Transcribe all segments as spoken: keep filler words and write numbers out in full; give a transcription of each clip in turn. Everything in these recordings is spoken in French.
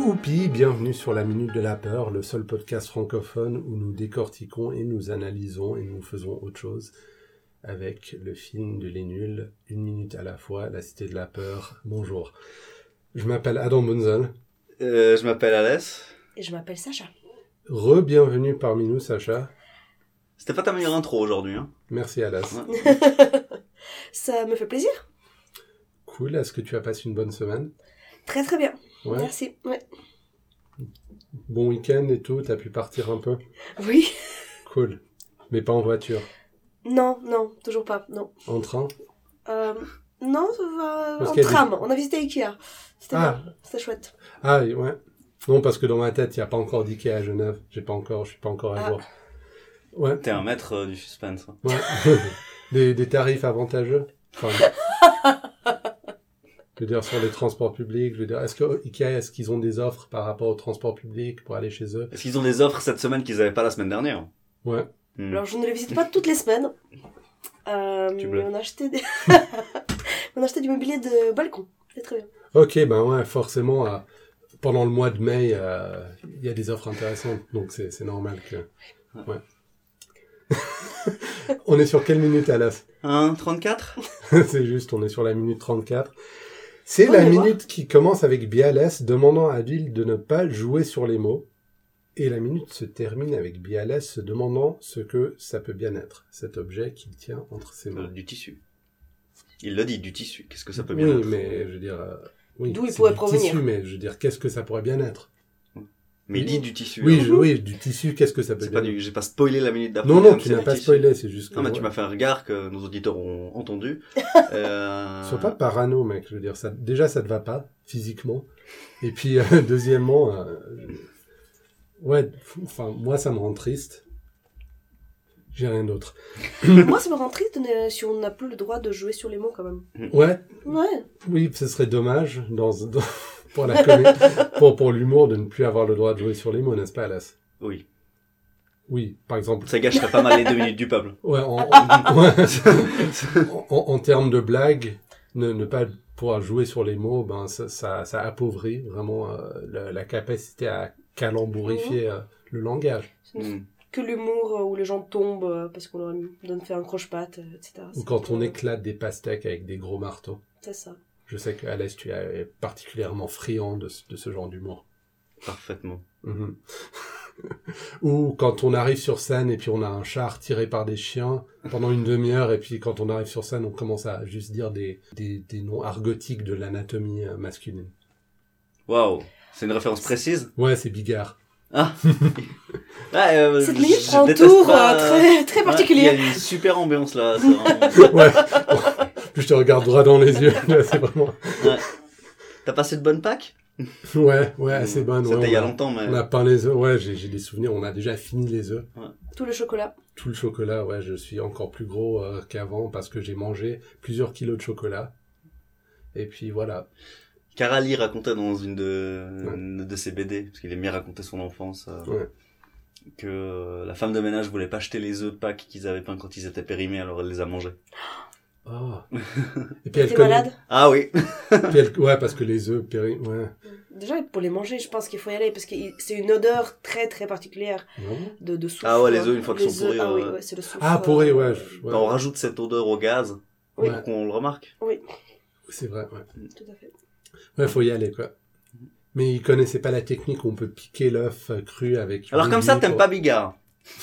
Youpi, bienvenue sur la Minute de la Peur, le seul podcast francophone où nous décortiquons et nous analysons et nous faisons autre chose avec le film de Les Nuls, une minute à la fois, la Cité de la Peur. Bonjour, je m'appelle Adam Bunzel. Euh, je m'appelle Alès. Et je m'appelle Sacha. Re-bienvenue parmi nous, Sacha. C'était pas ta meilleure intro aujourd'hui, hein. Merci, Alès. Ouais. Ça me fait plaisir. Cool, est-ce que tu as passé une bonne semaine? Très très bien. Ouais. Merci. Ouais. Bon week-end et tout, t'as pu partir un peu? Oui. Cool, mais pas en voiture? Non, non, toujours pas, non. En train? Euh, non, ça va Parce en qu'il y a tram. On a visité Ikea. C'était Ah. bien, c'était chouette. Ah, ouais. Non, parce que dans ma tête, il n'y a pas encore d'Ikea à Genève. J'ai pas encore, je suis pas encore à Ah. jour. Ouais. T'es un maître euh, du suspense. Hein. Ouais. des, des tarifs avantageux. Enfin, je veux dire, sur les transports publics, je veux dire, est-ce que Ikea, est-ce qu'ils ont des offres par rapport aux transports publics pour aller chez eux? Est-ce qu'ils ont des offres cette semaine qu'ils avaient pas la semaine dernière? Ouais. Hmm. Alors, je ne les visite pas toutes les semaines. Euh, Tu mais bluffes. on a acheté des... on a acheté du mobilier de balcon. C'est très bien. Ok, ben ouais, forcément, euh, pendant le mois de mai, euh, il y a des offres intéressantes, donc c'est, c'est normal que... Ouais. On est sur quelle minute, Alas? un trente-quatre C'est juste, on est sur la minute trente-quatre. C'est Oh, la mais minute qui commence avec Bialès demandant à Bill de ne pas jouer sur les mots. Et la minute se termine avec Bialès se demandant ce que ça peut bien être, cet objet qu'il tient entre ses mains. Euh, Du tissu. Il l'a dit, du tissu. Qu'est-ce que ça peut Oui, bien être? mais je veux dire... euh, oui, D'où il c'est pourrait du provenir. tissu, mais je veux dire, qu'est-ce que ça pourrait bien être? Mais il dit du tissu. Oui, hein. je- oui, du tissu, qu'est-ce que ça peut C'est bien pas être? du... J'ai pas spoilé la minute d'après. Non, mais non, tu c'est n'as du pas tissu. spoilé, c'est juste que... Non, mais tu ouais. m'as fait un regard que nos auditeurs ont entendu. euh... Sois pas parano, mec, je veux dire, ça, déjà, ça te va pas, physiquement. Et puis, euh, deuxièmement, euh, je- ouais, enfin, moi, ça me rend triste. J'ai rien d'autre. Moi, ça me rend triste de- si on n'a plus le droit de jouer sur les mots, quand même. Ouais, Ouais. oui, ce serait dommage, dans, dans- pour la comédie, pour, pour l'humour, de ne plus avoir le droit de jouer sur les mots, n'est-ce pas, Alas? Oui. Oui, par exemple. Ça gâcherait pas mal les deux minutes du peuple. Ouais, en, en, ouais. en, en termes de blague, ne, ne pas pouvoir jouer sur les mots, ben ça, ça, ça appauvrit vraiment euh, la, la capacité à calembourifier euh, le langage. Hmm. Que l'humour euh, où les gens tombent euh, parce qu'on leur donne fait un croche-patte, euh, et cetera. Ou C'est quand plutôt- on éclate des pastèques avec des gros marteaux. C'est ça. Je sais que Alès, tu es particulièrement friand de, ce- de ce genre d'humour. Parfaitement. Mhm. Ou quand on arrive sur scène et puis on a un char tiré par des chiens pendant une demi-heure et puis quand on arrive sur scène on commence à juste dire des, des, des noms argotiques de l'anatomie euh, masculine. Waouh. C'est une référence précise? Ouais, c'est Bigard. Ah. Ouais, euh, Cette je- minute je prend un déteste tour pas- euh, très, très Ouais, particulier. il y a une super ambiance là. C'est vraiment... Ouais. Puis je te regarde droit dans les yeux. Là, c'est vraiment... Ouais. T'as passé de bonnes Pâques? Ouais, ouais, assez bonne. C'était ouais, il y a on a- longtemps, mais... On a peint les œufs. Ouais, j'ai, j'ai des souvenirs. On a déjà fini les œufs. Tout le chocolat. Tout le chocolat, ouais, je suis encore plus gros euh, qu'avant parce que j'ai mangé plusieurs kilos de chocolat. Et puis voilà. Carali racontait dans une de, Ouais. une de ses B D, parce qu'il aime bien raconter son enfance, euh, Ouais. que euh, la femme de ménage voulait pas acheter les œufs de Pâques qu'ils avaient peints quand ils étaient périmés, alors elle les a mangés. Oh. Et puis elle T'es connaît- malade? Ah oui. Puis elle- Ouais, parce que les œufs péri... Ouais. Déjà, pour les manger, je pense qu'il faut y aller parce que c'est une odeur très très particulière Vraiment de, de soufre. Ah ouais, les œufs, une fois qu'ils Les sont pourris, œufs, Ah oui, euh, ouais, c'est le soufre. Ah, pourri, euh, ouais. je- ouais. On rajoute cette odeur au gaz, Oui. Ouais. pour qu'on le remarque. Oui, C'est vrai, ouais. tout à fait. Ouais, faut y aller, quoi. Mais ils connaissaient pas la technique où on peut piquer l'œuf euh, cru avec... Alors comme ça, t'aimes pas Bigard.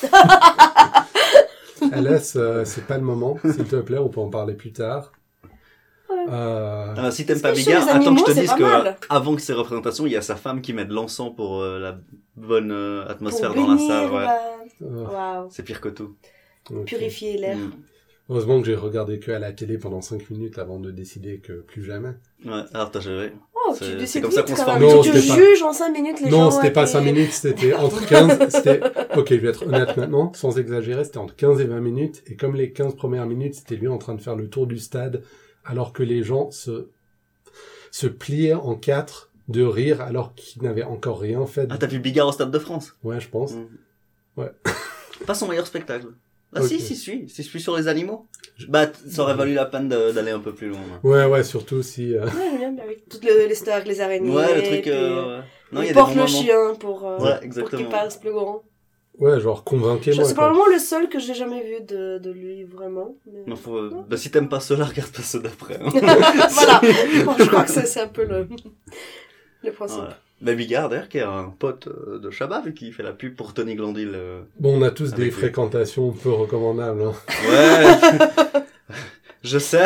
Alès, euh, c'est pas le moment, s'il te plaît, on peut en parler plus tard. Ouais. Euh... Alors si t'aimes Parce pas que sur Bigard, les attends que je te animaux, c'est dise pas que mal. euh, avant que ces représentations, il y a sa femme qui met de l'encens pour euh, la bonne euh, atmosphère Pour dans la bénir salle. Ouais. la- euh, Waouh. C'est pire que tout. ok. Purifier l'air. Mm. Heureusement que j'ai regardé que à la télé pendant cinq minutes avant de décider que plus jamais. Ouais, alors t'as géré. Oh, C'est- tu c'est décides comme ça vite qu'on se quand forme. même. Non, Tu te c'était pas- juges en cinq minutes les gens. Non, c'était avec pas les- cinq minutes, c'était entre quinze, c'était, ok, je vais être honnête maintenant, sans exagérer, c'était entre quinze et vingt minutes, et comme les quinze premières minutes, c'était lui en train de faire le tour du stade, alors que les gens se, se pliaient en quatre de rire, alors qu'ils n'avaient encore rien fait. de- Ah, t'as vu Bigard au Stade de France? Ouais, je pense. Mm. Ouais. Pas son meilleur spectacle. Ah Ok. si, si, si, si je suis sur les animaux. Bah, t- ça aurait valu la peine de- d'aller un peu plus loin. là. Ouais, ouais, surtout si... euh, Ouais, j'aime bien, avec toutes les, les stars, les araignées. Ouais, le truc... puis, Euh... Non, il y il a porte des bons le moments. chien pour, euh, Ouais, pour exactement. qu'il paraisse plus grand. Ouais, genre, convainquez-moi. C'est quoi. probablement le seul que j'ai jamais vu de, de lui, vraiment. Mais... Non, faut... Bah, si t'aimes pas ceux-là, regarde pas ceux d'après. Hein. Voilà, bon, je crois que c'est c'est un peu le, le principe. Voilà. Bah, Bigard, d'ailleurs, qui est un pote euh, de Chabat, vu qu'il fait la pub pour Tony Glandil. euh. Bon, on a tous Avec des lui. fréquentations peu recommandables. Hein. Ouais. Je sais.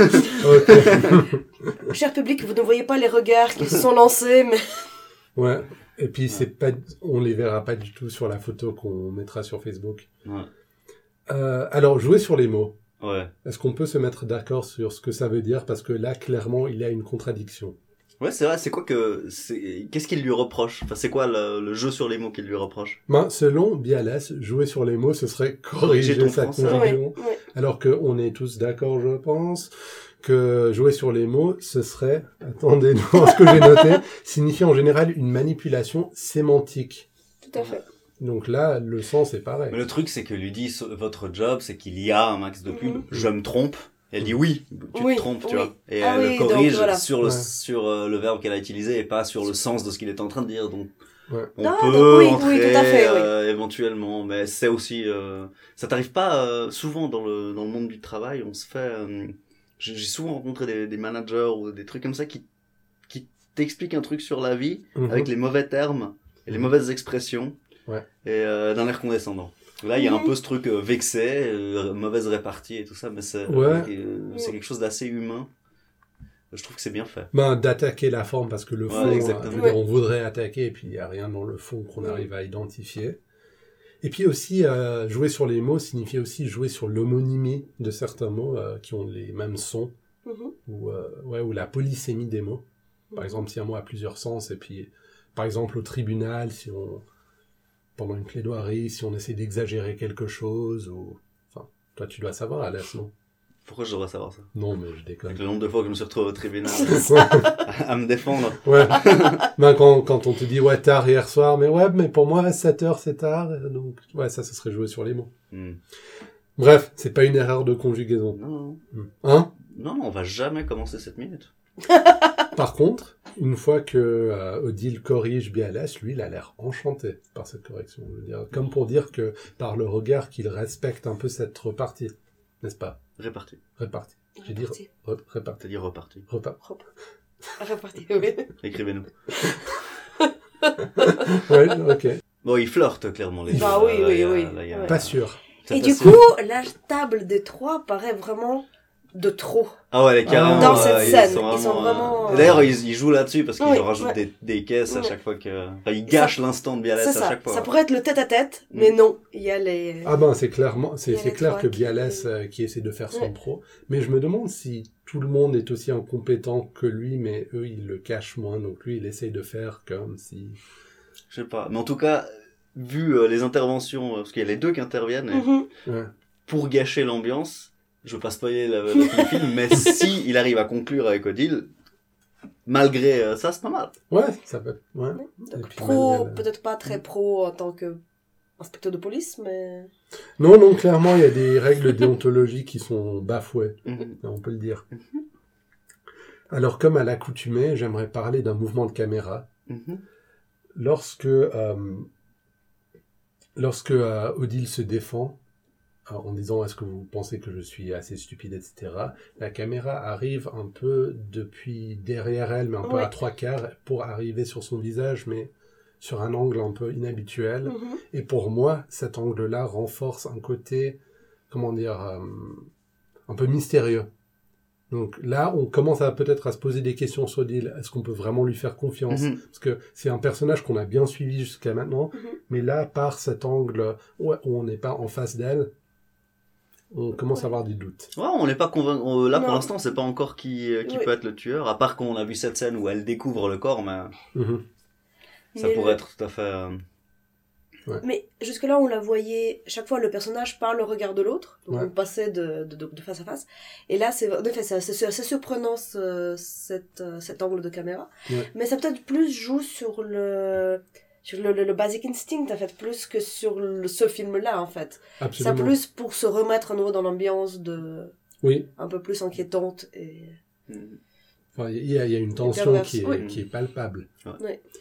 Ok. Cher public, vous ne voyez pas les regards qui se sont lancés, mais... Ouais. Et puis, c'est pas, on les verra pas du tout sur la photo qu'on mettra sur Facebook. Ouais. Euh, alors, jouer sur les mots. Ouais. Est-ce qu'on peut se mettre d'accord sur ce que ça veut dire? Parce que là, clairement, il y a une contradiction. Ouais, c'est vrai, c'est quoi que, c'est, qu'est-ce qu'il lui reproche? Enfin, c'est quoi le, le jeu sur les mots qu'il lui reproche? Ben, selon Bialès, jouer sur les mots, ce serait corriger Corriger ton sa français. conjugaison. Ouais, ouais. Alors qu'on est tous d'accord, je pense, que jouer sur les mots, ce serait, attendez, dans ce que j'ai noté, signifie en général une manipulation sémantique. Tout à fait. Donc là, le sens est pareil. Mais le truc, c'est que lui dit, so- votre job, c'est qu'il y a un max de pub, Mhm. je me trompe. Et elle dit oui, tu Oui, te trompes, tu oui. vois. Et Ah elle oui, le corrige donc voilà. sur le, Ouais. sur euh, le verbe qu'elle a utilisé et pas sur le sens de ce qu'il était en train de dire. Donc, Ouais. on Ah, peut donc oui, oui, entrer tout à fait, oui. euh, éventuellement, mais c'est aussi, euh, ça t'arrive pas euh, souvent dans le dans le monde du travail. On se fait, euh, j'ai j'ai souvent rencontré des, des managers ou des trucs comme ça qui qui t'expliquent un truc sur la vie Mhm. avec les mauvais termes et les Mhm. mauvaises expressions Ouais. et euh, d'un air condescendant. Là, il y a un Mhm. peu ce truc euh, vexé, euh, mauvaise répartie et tout ça, mais c'est Ouais. euh, c'est quelque chose d'assez humain. Je trouve que c'est bien fait. Ben, d'attaquer la forme, parce que le Ouais, fond, euh, exactement. je veux dire, on voudrait attaquer, et puis il n'y a rien dans le fond qu'on Ouais. arrive à identifier. Et puis aussi, euh, jouer sur les mots signifie aussi jouer sur l'homonymie de certains mots euh, qui ont les mêmes sons, Mhm. ou, euh, ouais, ou la polysémie des mots. Par exemple, si un mot a plusieurs sens, et puis, par exemple, au tribunal, si on, pendant une plaidoirie, si on essaie d'exagérer quelque chose, ou, enfin, toi, tu dois savoir, Alès, non? Pourquoi je devrais savoir ça? Non, mais je déconne. Avec le nombre de fois que je me suis retrouvé au tribunal Ouais, à me défendre. ouais. Ben, quand, quand on te dit, ouais, tard hier soir, mais ouais, mais pour moi, sept heures, c'est tard, donc, ouais, ça, ce serait jouer sur les mots. Hmm. Bref, c'est pas une erreur de conjugaison. Non, non, Hein? non, non, on va jamais commencer cette minute. Par contre, une fois que euh, Odile corrige Bialès, lui, il a l'air enchanté par cette correction. Je veux dire, comme pour dire que par le regard qu'il respecte un peu cette repartie, n'est-ce pas? Réparti. Répartie. J'ai dit Reparti. re- répartie. T'as dit reparti. Repas. Hop. Reparti, oui. Écrivez-nous. Ouais, ok. Bon, ils flirtent clairement les deux. Bah oui, Là, oui, il y a- oui. là, il y a- Ouais. Pas sûr. C'est Et pas du sûr. coup, la table des trois paraît vraiment de trop. Ah ouais, les carrément. Dans euh, cette ils scène, sont ils sont vraiment, euh, euh, D'ailleurs, ils, ils jouent là-dessus parce qu'ils Oui, en rajoutent ouais. des, des caisses à Ouais. chaque fois que. Enfin, ils gâchent l'instant de Bialès C'est à ça. chaque fois. Ça pourrait être le tête-à-tête, Mm. mais non. Il y a les... Ah ben, c'est clairement, c'est Il y a c'est les clair trois que qui- Bialès euh, qui essaie de faire son Ouais. pro. Mais je me demande si tout le monde est aussi incompétent que lui, mais eux, ils le cachent moins. Donc lui, il essaye de faire comme si... Je sais pas. Mais en tout cas, vu euh, les interventions, euh, parce qu'il y a les deux qui interviennent, et Mhm. Ouais. pour gâcher l'ambiance, je veux pas spoiler le, le, le film, mais si il arrive à conclure avec Odile, malgré euh, ça, c'est pas mal. Ouais, ça peut... Ouais. Et Donc, puis, pro, malgré le- peut-être pas très pro en tant que inspecteur de police, mais... Non, non, clairement, il y a des règles déontologiques qui sont bafouées, Mhm. on peut le dire. Alors, comme à l'accoutumée, j'aimerais parler d'un mouvement de caméra. Mhm. Lorsque, euh, lorsque euh, Odile se défend, euh, en disant « Est-ce que vous pensez que je suis assez stupide, et cetera » La caméra arrive un peu depuis derrière elle, mais un peu Ouais. à trois quarts, pour arriver sur son visage, mais sur un angle un peu inhabituel. Mhm. Et pour moi, cet angle-là renforce un côté, comment dire, euh, un peu mystérieux. Donc là, on commence à peut-être à se poser des questions sur Odile. Est-ce qu'on peut vraiment lui faire confiance? Mhm. Parce que c'est un personnage qu'on a bien suivi jusqu'à maintenant, Mhm. mais là, par cet angle ouais, où on n'est pas en face d'elle, on commence à avoir des doutes. Ouais, on n'est pas convaincu. on- Là, pour Non. l'instant, on sait pas encore qui, euh, qui Oui. peut être le tueur, à part qu'on a vu cette scène où elle découvre le corps, mais Mhm. ça Mais pourrait le- être tout à fait. euh, Mais jusque-là, on la voyait chaque fois le personnage par le regard de l'autre, donc Ouais. on passait de, de, de face à face. Et là, c'est en effet, c'est assez, assez surprenant ce, cette, euh, cet angle de caméra. Ouais. Mais ça peut-être plus joue sur le sur le, le, le basic instinct en fait, plus que sur le, ce film-là en fait. Absolument. Ça plus pour se remettre à nouveau dans l'ambiance de Oui. un peu plus inquiétante et mhm. Enfin, il y, a- il y a une tension perverse, qui est, oui. qui est palpable. Ouais.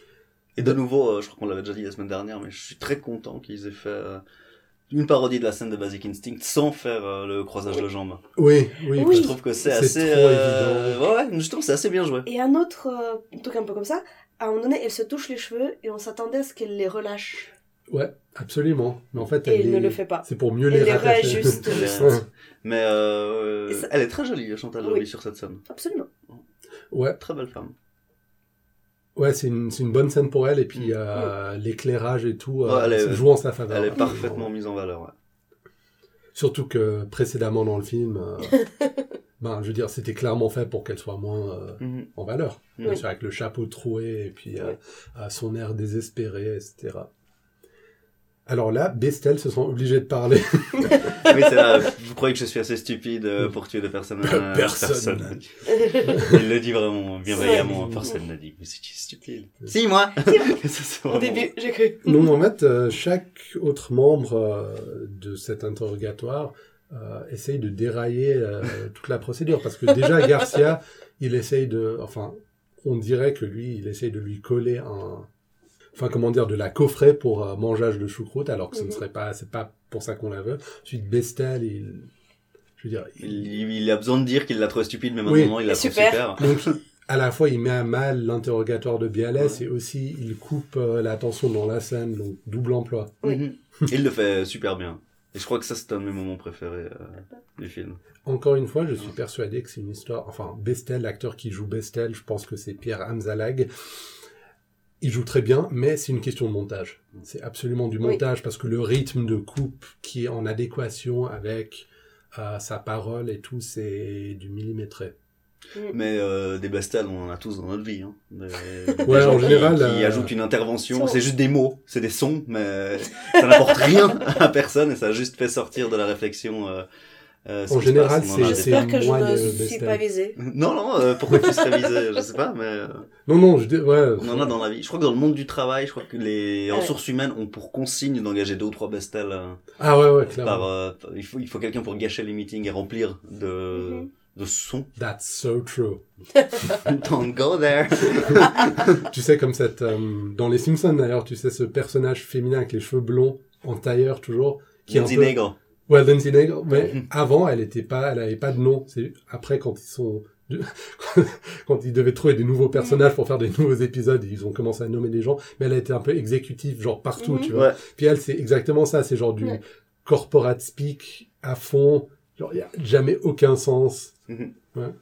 Et de nouveau, euh, je crois qu'on l'avait déjà dit la semaine dernière, mais je suis très content qu'ils aient fait euh, une parodie de la scène de Basic Instinct sans faire euh, le croisage de jambes. Oui, oui. Oui. Je trouve que c'est, C'est assez... trop euh, évident. Ouais, ouais, justement, c'est assez bien joué. Et un autre euh, truc un peu comme ça, à un moment donné, elle se touche les cheveux et on s'attendait à ce qu'elle les relâche. Ouais, absolument. Mais en fait, Et elle elle ne est- le fait pas. C'est pour mieux Elle les les rattacher. réajuste. Elle est- Ouais. Mais euh, Et ça- elle est très jolie, Chantal Oui. Joly, sur cette scène. Absolument. Ouais, Très belle femme. ouais, c'est une, c'est une bonne scène pour elle. Et puis, euh, l'éclairage et tout, euh, Ouais, elle est- ça joue en sa faveur. Elle est Ouais. parfaitement mise en valeur. Ouais. Surtout que précédemment dans le film, euh, ben, je veux dire, c'était clairement fait pour qu'elle soit moins euh, Mhm. en valeur. Oui. Bien sûr, avec le chapeau troué et puis euh, à son air désespéré, et cetera. Alors là, Bestel se sent obligé de parler. Oui, c'est là. Vous croyez que je suis assez stupide euh, pour tuer des personnes euh, Personne. n'a dit. Il le dit vraiment bienveillamment. Personne n'a dit. Mais c'est stupide. Si, moi. Ça, c'est Au vraiment- début, j'ai cru. Donc en fait, euh, chaque autre membre euh, de cet interrogatoire euh, essaye de dérailler euh, toute la procédure. Parce que déjà, Garcia, il essaye de... Enfin, on dirait que lui, il essaye de lui coller un... Enfin, comment dire, de la coffret pour euh, mangeage de choucroute, alors que ce ne Mhm. serait pas... C'est pas pour ça qu'on la veut. Ensuite, Bestel, il... Je veux dire... il- Il, il a besoin de dire qu'il l'a trouvé stupide, mais Oui. maintenant il la trouve Super. super. Donc, à la fois, il met à mal l'interrogatoire de Bialès et aussi, il coupe euh, la tension dans la scène, donc double emploi. Oui. Mhm. Il le fait super bien. Et je crois que ça, c'est un de mes moments préférés euh, du film. Encore une fois, je suis persuadé que c'est une histoire... Enfin, Bestel, l'acteur qui joue Bestel, je pense que c'est Pierre Hamzalag. Il joue très bien, mais c'est une question de montage. C'est absolument du Oui. montage, parce que le rythme de coupe qui est en adéquation avec euh, sa parole et tout, c'est du millimétré. Mais euh, des bestales, on en a tous dans notre vie. Hein. Des, des Ouais, gens en qui, général, qui euh, ajoutent une intervention. Son. C'est juste des mots, c'est des sons, mais ça n'apporte rien à personne et ça a juste fait sortir de la réflexion. Euh, euh, ce En qui se général, passe. On en c'est- a des- J'espère que je moi, ne le suis Bestel. pas visée. Non, non, euh, pourquoi tu serais visé, je sais pas, mais euh, Non, non, je dis... Ouais, on en a dans la vie. Je crois que dans le monde du travail, je crois que les Ouais. ressources humaines ont pour consigne d'engager deux ou trois bestales. Euh, Ah ouais, ouais, clairement. par, euh, il faut, il faut quelqu'un pour gâcher les meetings et remplir de, Mhm. de sons. That's so true. Don't go there. Tu sais, comme cette... euh, dans Les Simpsons, d'ailleurs, tu sais, ce personnage féminin avec les cheveux blonds, en tailleur, toujours, qui est un Lindsay peu... Naegle. Ouais, Lindsay Naegle, mais Mhm. avant, elle était pas, elle avait pas de nom. C'est après quand ils sont, quand ils devaient trouver des nouveaux personnages pour faire des nouveaux épisodes, ils ont commencé à nommer des gens. Mais elle a été un peu exécutive, genre partout, Mhm. tu vois. Ouais. Puis elle, c'est exactement ça. C'est genre du Ouais. corporate speak à fond. Genre, y a jamais aucun sens. Mhm. Ouais.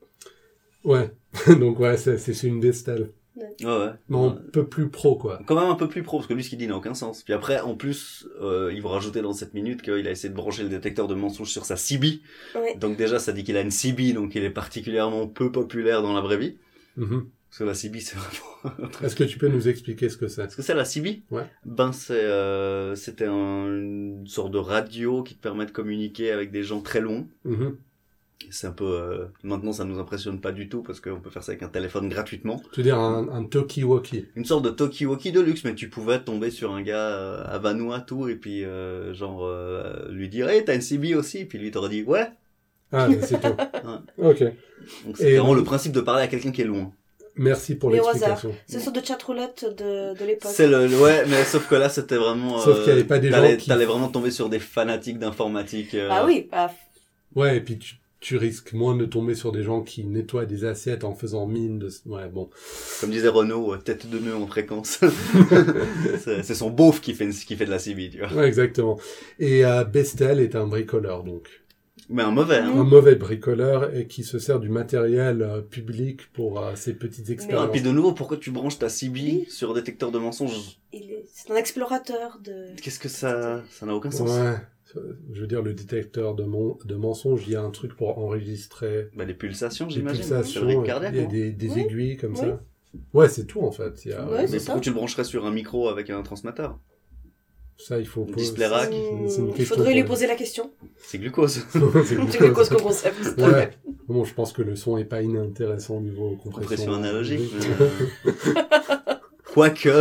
Ouais. Donc ouais, c'est, c'est une bestelle. Ouais, ouais. Mais un Ouais. peu plus pro, quoi. Quand même un peu plus pro, parce que lui, ce qu'il dit n'a aucun sens. Puis après, en plus, euh, ils vont rajouter dans cette minute qu'il a essayé de brancher le détecteur de mensonges sur sa C B. Ouais. Donc déjà, ça dit qu'il a une C B, donc il est particulièrement peu populaire dans la vraie vie. Mhm. Parce que la C B, c'est vraiment... Est-ce que tu peux nous expliquer ce que c'est? Est-ce que c'est la C B? Ouais. Ben, c'est, euh, c'était un- une sorte de radio qui te permet de communiquer avec des gens très loin. Mhm. C'est un peu, euh, maintenant, ça nous impressionne pas du tout parce qu'on peut faire ça avec un téléphone gratuitement. Tu veux dire un, un talkie-walkie? Une sorte de talkie-walkie de luxe, mais tu pouvais tomber sur un gars euh, à Vanuatu et puis euh, genre euh, lui dire hey, t'as une C B aussi, puis lui t'aurait dit ouais. Ah, c'est tout. Ok. Donc c'est Et vraiment donc- le principe de parler à quelqu'un qui est loin. Merci pour Mais au l'explication. C'est une sorte de chatroulette de, de l'époque. C'est le, le- ouais, mais sauf que là c'était vraiment. Sauf qu'il y avait pas des gens t'allais, qui- t'allais vraiment tomber sur des fanatiques d'informatique. euh, Ah oui, ah, Ouais, et puis tu, tu risques moins de tomber sur des gens qui nettoient des assiettes en faisant mine de... Ouais, bon. Comme disait Renaud, euh, tête de nœud en fréquence. c'est, c'est son beauf qui fait, une- qui fait de la C B, tu vois. Ouais, exactement. Et euh, Bestel est un bricoleur, donc. Mais un mauvais, hein. Un mauvais bricoleur et qui se sert du matériel euh, public pour euh, ses petites Ah, expériences. puis de nouveau, pourquoi tu branches ta C B sur un détecteur de mensonges? il est, c'est un explorateur de... Qu'est-ce que ça, ça n'a aucun sens. Ouais. Je veux dire, le détecteur de, mon, de mensonges, il y a un truc pour enregistrer Bah, les pulsations, des j'imagine. pulsations, C'est le rythme il cardiaque, y a non des, des Oui. aiguilles comme Oui. ça. Ouais, c'est tout en fait. Il y a, Ouais, Mais c'est ça. pourquoi tu le brancherais sur un micro avec un transmetteur? Ça, il faut... Un poser- display rack. c'est- c'est une Il question faudrait lui pour- poser la question. C'est glucose. C'est Tu lui poses comme concept. s'il te plaît. Ouais. Bon, je pense que le son est pas inintéressant au niveau compression. Compression analogique. Oui. mais- Quoique.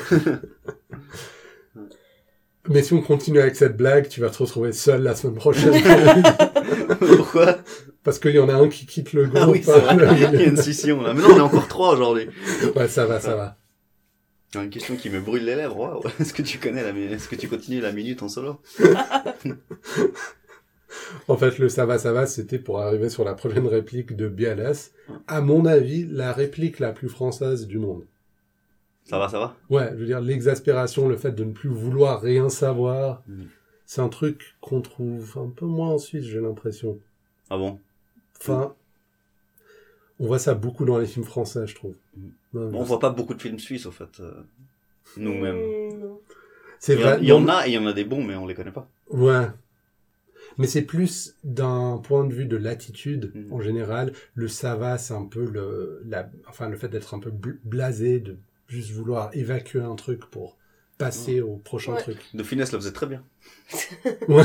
Mais si on continue avec cette blague, tu vas te retrouver seul la semaine prochaine. Pourquoi? Parce qu'il y en a un qui quitte le groupe. Ah oui, c'est vrai. Il y a une scission, là. Mais non, on est encore trois aujourd'hui. Ouais, ça va, ça va. Alors, une question qui me brûle les lèvres. Waouh. Est-ce que tu connais la mi- Est-ce que tu continues la minute en solo? En fait, le ça va, ça va, c'était pour arriver sur la prochaine réplique de Bialas. À mon avis, la réplique la plus française du monde. Ça va, ça va. Ouais, je veux dire, l'exaspération, le fait de ne plus vouloir rien savoir, Mm. c'est un truc qu'on trouve un peu moins en Suisse, j'ai l'impression. Ah bon? Enfin, on voit ça beaucoup dans les films français, je trouve. Mm. Ouais, Bon, on voit pas beaucoup de films suisses, au fait. euh, Nous-mêmes. Mmh, non. c'est Il y, en- vrai. il y en non, a, et il y en a des bons, mais on les connaît pas. Ouais. Mais c'est plus d'un point de vue de l'attitude, Mhm. en général. Le ça va, c'est un peu le, la, enfin, le fait d'être un peu bl- blasé, de juste vouloir évacuer un truc pour passer au prochain Ouais. truc. De Finesse le faisait très bien. Ouais.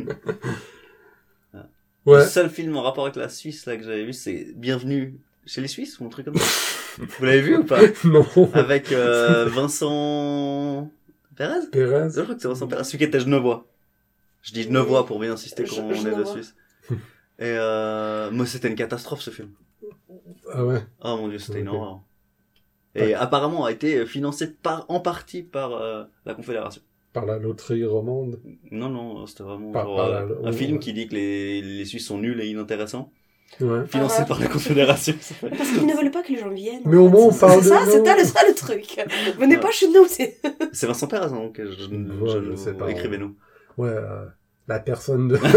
Le Ouais. seul film en rapport avec la Suisse, là, que j'avais vu, c'est Bienvenue chez les Suisses, ou un truc comme ça. Vous l'avez vu ou pas? Non. Avec euh, Vincent Perez? Pérez. Je crois que c'est Vincent Perez, celui qui était genevois. Je dis genevois pour bien insister Je- quand on est de Genevois. Suisse. Et euh, moi, c'était une catastrophe, ce film. Ah ouais. Oh mon dieu, c'était une Ok. horreur. Et apparemment a été financé par, en partie par euh, la Confédération. Par la loterie romande. Non, non, c'était vraiment Par- genre, par euh, la- un ouais. film qui dit que les, les Suisses sont nuls et inintéressants. Ouais. Financé Ah ouais. par la Confédération. Parce qu'ils ne veulent pas que les gens viennent. en Mais au fait. moins, on C'est- parle c'est de ça, nous. c'est ça, le- ça le truc. Venez Ouais. pas chez nous, c'est... C'est Vincent Perez, hein, donc je, je, Ouais, je je sais pas. écrivez-nous. Ouais. euh, la personne de...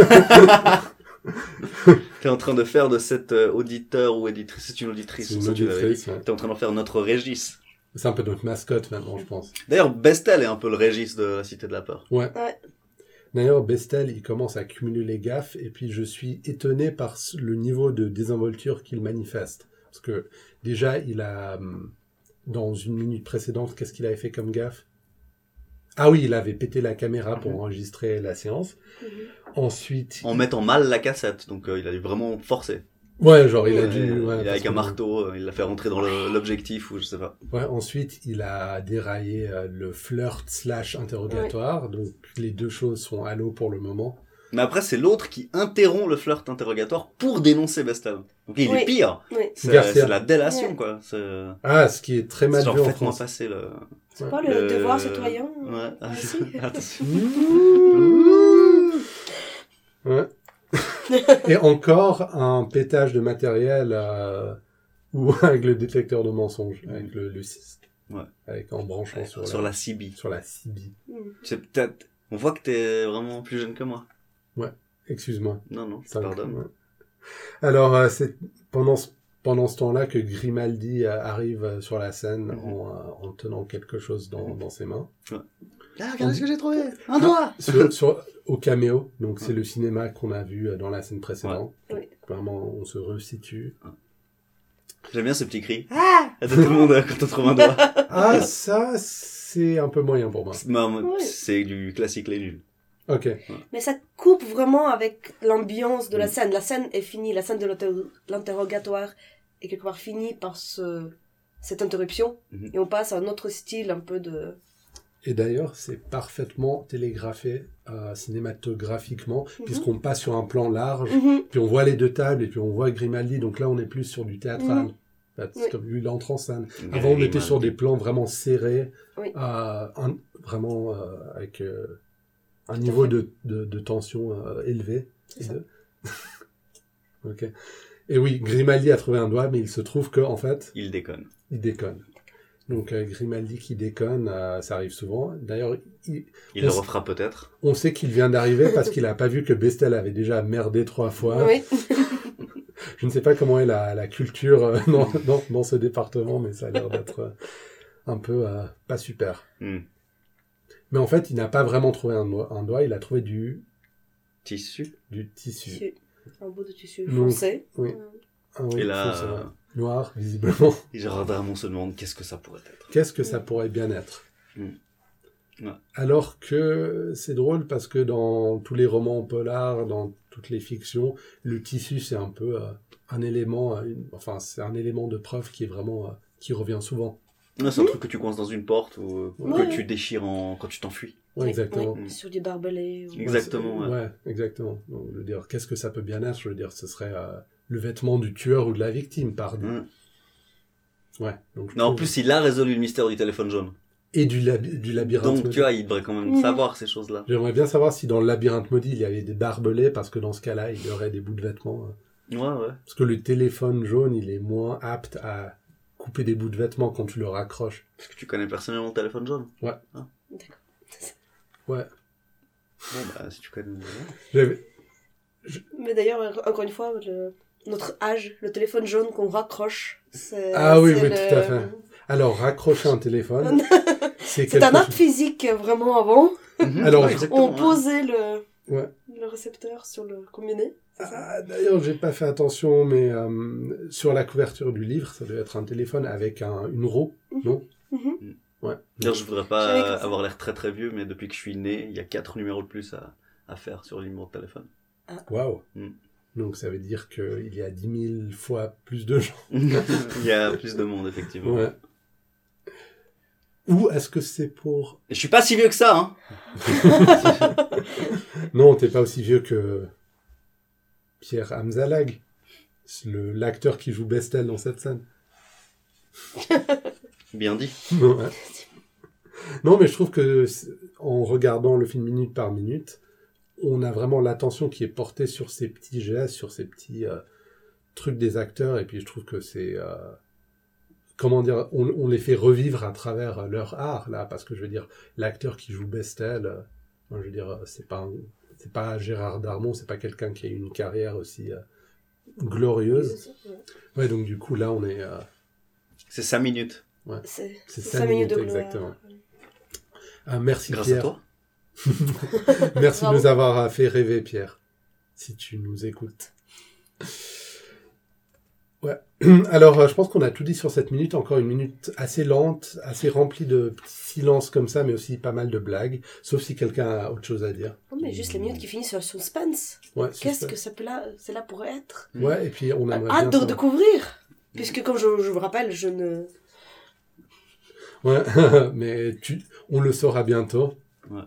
T'es en train de faire de cet euh, auditeur ou éditrice, c'est une auditrice, C'est une ça, tu l'avais auditrice, dit. ouais. T'es en train d'en faire notre Régis. C'est un peu notre mascotte maintenant, je pense. D'ailleurs, Bestel est un peu le Régis de la Cité de la Peur. Ouais. Ouais. D'ailleurs, Bestel, il commence à cumuler les gaffes, et puis je suis étonné par ce- le niveau de désinvolture qu'il manifeste. Parce que, déjà, il a, hum, dans une minute précédente, qu'est-ce qu'il avait fait comme gaffe? Ah oui, il avait pété la caméra pour Mhm. enregistrer la séance. Mhm. Ensuite... En mettant mal la cassette, donc euh, il a dû vraiment forcer. Ouais, genre, il a Ouais, dû... il ouais, est parce avec un que- marteau, euh, il l'a fait rentrer dans le- l'objectif ou je sais pas. Ouais, ensuite, il a déraillé euh, le flirt slash interrogatoire. Donc, les deux choses sont à l'eau pour le moment. Mais après, c'est l'autre qui interrompt le flirt interrogatoire pour dénoncer Bestel. Donc il Oui. est pire. Oui. C'est Garcia. c'est la délation, Ouais. quoi. C'est Ah, ce qui est très mal c'est genre, vu en faites-moi France. passer le... C'est pas le, le- devoir citoyen? Ouais. Ah, si. Attention. Ouais. Et encore un pétage de matériel euh, ou avec le détecteur de mensonges, avec le, le six. Ouais. Avec en branchant sur, Sur la, la C B. sur la C B. Mm. C'est peut-être... On voit que t'es vraiment plus jeune que moi. Excuse-moi. Non, non, je te Ça, pardonne. ouais. Alors, euh, c'est pendant ce, pendant ce temps-là que Grimaldi euh, arrive euh, sur la scène Mhm. en, euh, en tenant quelque chose dans, Mhm. dans ses mains. Là, regardez ce que j'ai trouvé. Un doigt. sur, sur- au caméo, donc c'est le cinéma qu'on a vu euh, dans la scène précédente. Ouais. Donc, vraiment, on se resitue. J'aime bien ce petit cri. Ah de tout le monde euh, quand on trouve un doigt. Ah, ça, c'est un peu moyen pour moi. C'est non, mais Ouais. c'est du classique les nuls. Ok. Mais ça coupe vraiment avec l'ambiance de la Mm. scène. La scène est finie, la scène de l'inter- l'interrogatoire est quelque part finie par ce, cette interruption. Mhm. Et on passe à un autre style un peu de... Et d'ailleurs, c'est parfaitement télégraphé euh, cinématographiquement, Mhm. puisqu'on passe sur un plan large, Mhm. puis on voit les deux tables, et puis on voit Grimaldi, donc là on est plus sur du théâtral. Mhm. En fait, Oui. Comme lui, il entre en scène. Avant, on était sur des plans vraiment serrés, Oui. euh, un- vraiment euh, avec euh, un Tout à niveau fait. de, de, de tension euh, élevé. C'est Et, ça. de- ok. Et oui, Grimaldi a trouvé un doigt, mais il se trouve que en fait, Il déconne. il déconne. Donc euh, Grimaldi qui déconne, euh, ça arrive souvent. D'ailleurs, il- Il On le s- refera peut-être. on sait qu'il vient d'arriver parce qu'il a pas vu que Bestel avait déjà merdé trois fois. Oui. Je ne sais pas comment est la, la culture euh, dans, dans, dans ce département, mais ça a l'air d'être euh, un peu euh, pas super. Hmm. Mais en fait, il n'a pas vraiment trouvé un doigt, un doigt, il a trouvé du, Tissu. du tissu. Tissu. Un bout de tissu Donc, foncé. oui. Euh, Ah oui, Et là, foncé, ouais. euh, Noir, visiblement. Et Gérard Darmon se demande qu'est-ce que ça pourrait être. Qu'est-ce que ça pourrait bien être Mm. Ouais. Alors que c'est drôle parce que dans tous les romans polars, dans toutes les fictions, le tissu c'est un peu euh, un élément, euh, une- enfin c'est un élément de preuve qui est vraiment euh, qui revient souvent. Ouais, c'est un truc que tu coinces dans une porte ou euh, Ouais. que tu déchires en... quand tu t'enfuis. Ouais, oui, exactement. oui, sur du barbelé. ou- Exactement, Ouais, ouais. c'est- ouais, exactement. Donc, je veux dire, qu'est-ce que ça peut bien être Je veux dire, ce serait euh, le vêtement du tueur ou de la victime, pardon. Mm. Ouais. Donc, je Non, en trouve- plus, il a résolu le mystère du téléphone jaune. et du, labi- du labyrinthe Donc, maudit. tu vois, il devrait quand même Mhm. savoir ces choses-là. J'aimerais bien savoir si dans le labyrinthe maudit, il y avait des barbelés, parce que dans ce cas-là, il y aurait des bouts de vêtements. euh. Ouais, ouais. Parce que le téléphone jaune, il est moins apte à couper des bouts de vêtements quand tu le raccroches. Est-ce que tu connais personnellement le téléphone jaune? D'accord. Ouais. Bon, bah, si tu connais... J'avais- Mais d'ailleurs, encore une fois, le- notre âge, le téléphone jaune qu'on raccroche, c'est... Ah oui, c'est oui, le- tout à fait. Alors, raccrocher un téléphone, c'est C'est quelque un acte chose... physique vraiment avant. Alors, Ouais, exactement, On ouais. posait le, Ouais. le récepteur sur le combiné. C'est ça Ah, d'ailleurs, j'ai pas fait attention, mais euh, sur la couverture du livre, ça devait être un téléphone avec un, une roue, non? Mhm. Ouais. D'ailleurs, je voudrais J'avais pas comme ça. avoir l'air très très vieux, mais depuis que je suis né, il y a quatre numéros de plus à, à faire sur le numéro de téléphone. Waouh. Mm. Donc, ça veut dire qu'il y a dix mille fois plus de gens. Il y a plus de monde, effectivement. Ouais. Ou est-ce que c'est pour... Et je suis pas si vieux que ça, hein. Non, t'es pas aussi vieux que Pierre Hamzalag, le l'acteur qui joue Bestel dans cette scène. Bien dit. Ouais. Non, mais je trouve que c'est- en regardant le film minute par minute, on a vraiment l'attention qui est portée sur ces petits gestes, sur ces petits euh, trucs des acteurs, et puis je trouve que c'est... euh, comment dire, on, on les fait revivre à travers leur art, là, parce que je veux dire, l'acteur qui joue Bestel, euh, moi, je veux dire, c'est pas, un- c'est pas Gérard Darmon, c'est pas quelqu'un qui a eu une carrière aussi euh, glorieuse. Ouais, donc du coup, là, on est... euh, C'est cinq minutes. C'est C'est c'est cinq cinq minutes de minutes, gloire. exactement. ah, merci Grâce Pierre. à toi. Merci de Bravo. nous avoir fait rêver, Pierre, si tu nous écoutes. Ouais. Alors, euh, je pense qu'on a tout dit sur cette minute. Encore une minute assez lente, assez remplie de petits silences comme ça, mais aussi pas mal de blagues. Sauf si quelqu'un a autre chose à dire. Non, mais juste les minutes qui finissent sur suspense. Ouais, Qu'est-ce c'est que ça peut là, c'est là pour être? ça. Ouais, et puis on aimerait bien Hâte de savoir- découvrir. Puisque comme je, je vous rappelle, je ne... Ouais, mais tu... on le saura bientôt. Ouais.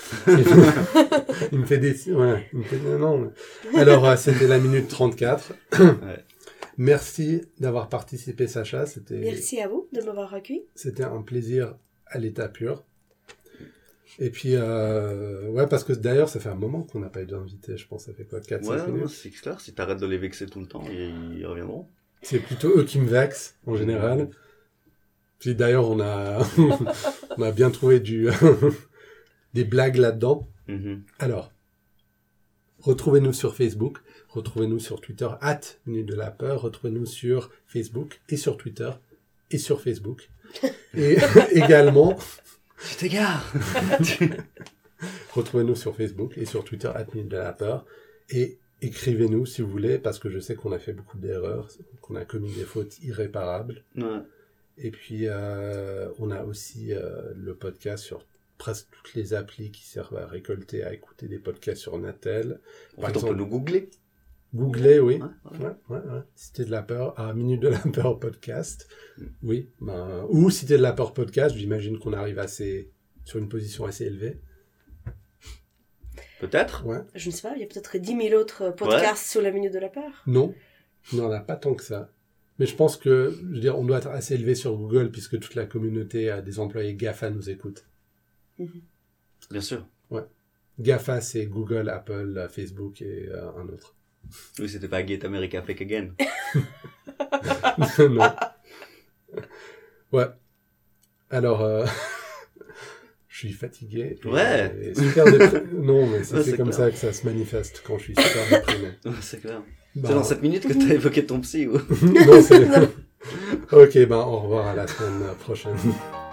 il me fait des... Ouais, il me fait... Non, non. Alors, euh, c'était la minute trente-quatre. Ouais. Merci d'avoir participé, Sacha. C'était... Merci à vous de m'avoir accueilli. C'était un plaisir à l'état pur. Et puis, euh, ouais, parce que d'ailleurs, ça fait un moment qu'on n'a pas eu d'invité, je pense, ça fait quoi, quatre cinq Ouais, minutes. ouais, c'est clair. Si t'arrêtes de les vexer tout le temps, ils, ils reviendront. C'est plutôt eux qui me vexent, en général. Puis d'ailleurs, on a, on a bien trouvé du, des blagues là-dedans. Mhm. Alors, retrouvez-nous sur Facebook, retrouvez-nous sur Twitter, at Minute de la Peur, retrouvez-nous sur Facebook et sur Twitter et sur Facebook. Et également... Tu t'égares. Retrouvez-nous sur Facebook et sur Twitter, at Minute de la Peur. Et écrivez-nous si vous voulez, parce que je sais qu'on a fait beaucoup d'erreurs, qu'on a commis des fautes irréparables. Ouais. Et puis, euh, on a aussi euh, le podcast sur presque toutes les applis qui servent à récolter, à écouter des podcasts sur Natel. En Par fait, on exemple- peut nous googler. Googlez, oui. Ouais, ouais. Ouais, ouais, ouais. Cité de la peur, à Minute de la Peur podcast. Oui. Ben, ou Cité de la Peur podcast, j'imagine qu'on arrive assez, sur une position assez élevée. Peut-être. Ouais. Je ne sais pas, il y a peut-être dix mille autres podcasts sur la minute de la peur. Non, il n'y en a pas tant que ça. Mais je pense que, je veux dire, on doit être assez élevé sur Google puisque toute la communauté euh, des employés GAFA nous écoute. Bien sûr. GAFA, c'est Google, Apple, euh, Facebook et euh, un autre. Oui, c'était pas Get America Fake Again. Non. Ouais. Alors, euh, je suis fatigué. et- Ouais. et super déprimé. Non, mais c'est Ouais, c'est c'est comme clair. ça que ça se manifeste quand je suis super déprimé. Ouais, c'est clair. Bah, C'est dans cette minute que t'as évoqué ton psy, ou... non, c'est... Ok, ben au revoir à la semaine prochaine.